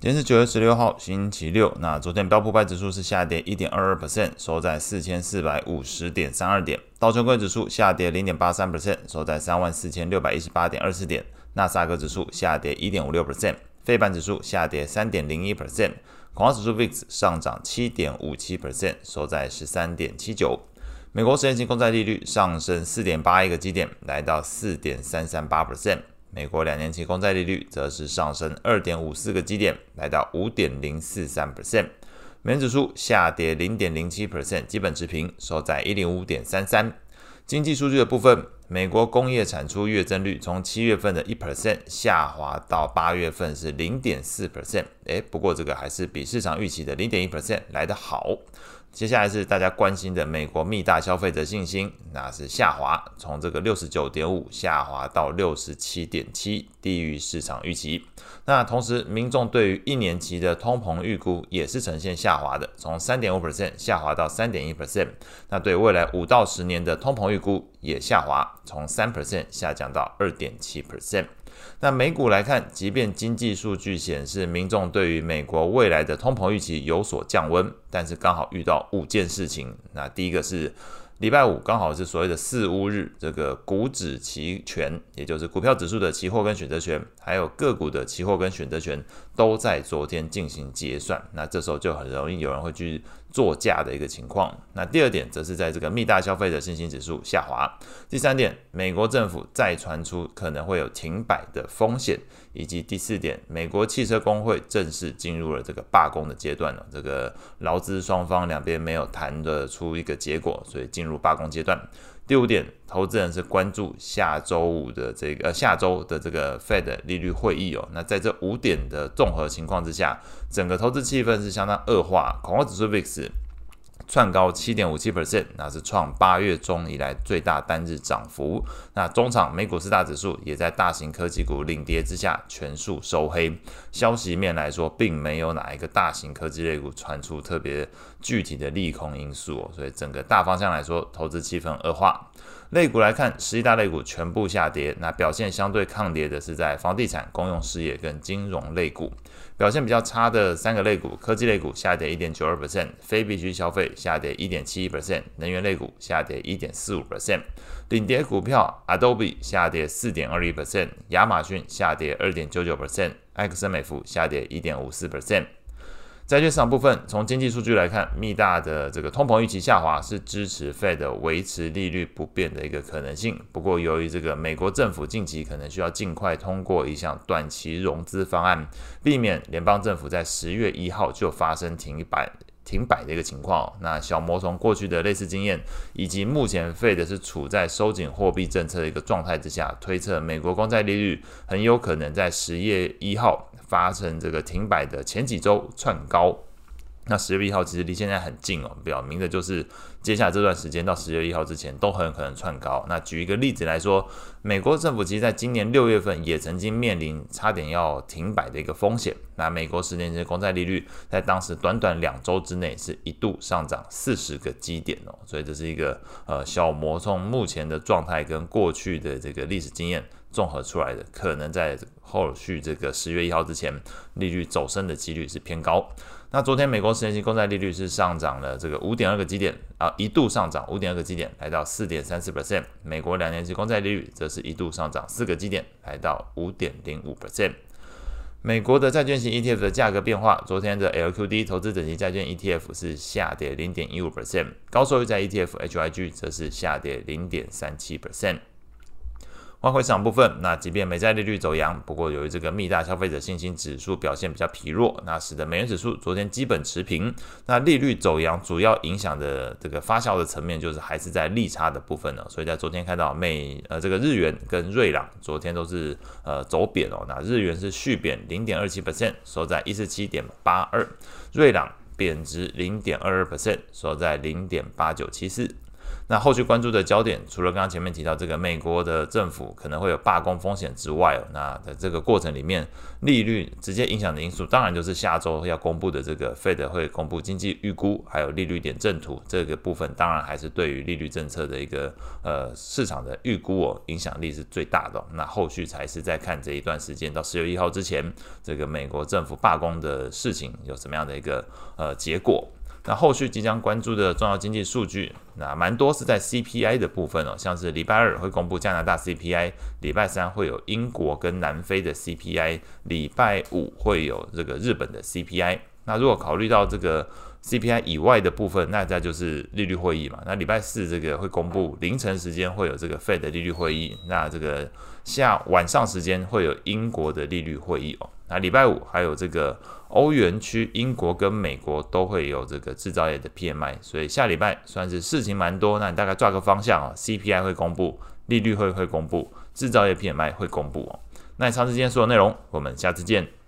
今天是9月16号，星期六。那昨天标普500指数是下跌 1.22%， 收在4450.32点。道琼工业指数下跌 0.83%， 收在34618.24点。纳斯达克指数下跌 1.56%， 费半指数下跌 3.01%， 恐慌指数 VIX 上涨 7.57%， 收在 13.79。美国10年期公债利率上升 4.81 个基点，来到 4.338%。美国2年期公债利率则是上升 2.54 个基点，来到 5.043%。美元指数下跌 0.07%， 基本持平，收在 105.33。经济数据的部分，美国工业产出月增率从7月份的 1% 下滑到8月份是 0.4%， 不过这个还是比市场预期的 0.1% 来得好。接下来是大家关心的美国密大消费者信心，那是下滑，从这个 69.5 下滑到 67.7， 低于市场预期。那同时民众对于1年期的通膨预估也是呈现下滑的，从 3.5% 下滑到 3.1%。 那对未来5到10年的通膨预估也下滑，从 3% 下降到 2.7%。那美股来看，即便经济数据显示民众对于美国未来的通膨预期有所降温，但是刚好遇到5件事情。那第一个是礼拜五刚好是所谓的四巫日，这个股指期权，也就是股票指数的期货跟选择权，还有个股的期货跟选择权都在昨天进行结算，那这时候就很容易有人会去作价的一个情况。那第二点则是在这个密大消费者信心指数下滑。第三点，美国政府再传出可能会有停摆的风险，以及第四点，美国汽车工会正式进入了这个罢工的阶段了。这个劳资双方两边没有谈得出一个结果，所以进入罢工阶段。第五点，投资人是关注下周的这个 Fed 利率会议哦。那在这5点的综合情况之下，整个投资气氛是相当恶化，恐慌指数 VIX 窜高 7.57%， 那是创8月中以来最大单日涨幅。那中场美股4大指数也在大型科技股领跌之下全数收黑。消息面来说，并没有哪一个大型科技类股传出特别具体的利空因素所以整个大方向来说，投资气氛恶化。类股来看，11大类股全部下跌，那表现相对抗跌的是在房地产、公用事业跟金融类股。表现比较差的3个类股，科技类股下跌 1.92%， 非必需消费下跌 1.71%， 能源类股下跌 1.45%。领跌股票 Adobe 下跌 4.21%， 亚马逊下跌 2.99%， 埃克森美孚下跌 1.54%。债券市场部分，从经济数据来看，密大的这个通膨预期下滑是支持 Fed 维持利率不变的一个可能性。不过，由于这个美国政府近期可能需要尽快通过一项短期融资方案，避免联邦政府在10月1号就发生停摆的一个情况。那小摩从过去的类似经验，以及目前 Fed 是处在收紧货币政策的一个状态之下，推测美国公债利率很有可能在10月1号发生这个停摆的前几周窜高。那10月1号其实离现在很近表明的就是接下来这段时间到10月1号之前都很可能窜高。那举一个例子来说，美国政府其实在今年6月份也曾经面临差点要停摆的一个风险。那美国10年期公债利率在当时短短2周之内是一度上涨40个基点所以这是一个小摩从目前的状态跟过去的这个历史经验综合出来的，可能在后续这个10月1号之前利率走升的几率是偏高。那昨天美国10年期公债利率是上涨了这个 5.2 个基点一度上涨 5.2 个基点来到 4.34%， 美国2年期公债利率则是一度上涨4个基点来到 5.05%。美国的债券型 ETF 的价格变化，昨天的 LQD 投资等级债券 ETF 是下跌 0.15%， 高收益债 ETF HYG 则是下跌 0.37%。外汇市场部分，那即便美债利率走扬，不过由于这个密大消费者信心指数表现比较疲弱，那使得美元指数昨天基本持平。那利率走扬主要影响的这个发酵的层面，就是还是在利差的部分所以在昨天看到这个日元跟瑞郎昨天都是走贬那日元是续贬 0.27%， 收在 147.82， 瑞郎贬值 0.22%， 收在 0.8974。 那后续关注的焦点，除了刚刚前面提到这个美国的政府可能会有罢工风险之外，那在这个过程里面，利率直接影响的因素，当然就是下周要公布的这个 Fed 会公布经济预估，还有利率点阵图这个部分，当然还是对于利率政策的一个市场的预估影响力是最大的。那后续才是在看这一段时间到10月1号之前，这个美国政府罢工的事情有什么样的一个结果。那后续即将关注的重要经济数据，那蛮多是在 CPI 的部分像是礼拜二会公布加拿大 CPI， 礼拜三会有英国跟南非的 CPI， 礼拜五会有这个日本的 CPI。那如果考虑到这个 CPI 以外的部分，那再就是利率会议嘛。那礼拜四这个会公布凌晨时间会有这个 Fed 的利率会议，那这个晚上时间会有英国的利率会议那礼拜五还有这个欧元区、英国跟美国都会有这个制造业的 PMI， 所以下礼拜算是事情蛮多。那你大概抓个方向CPI 会公布，利率会公布，制造业 PMI 会公布那以上是今天所有内容，我们下次见。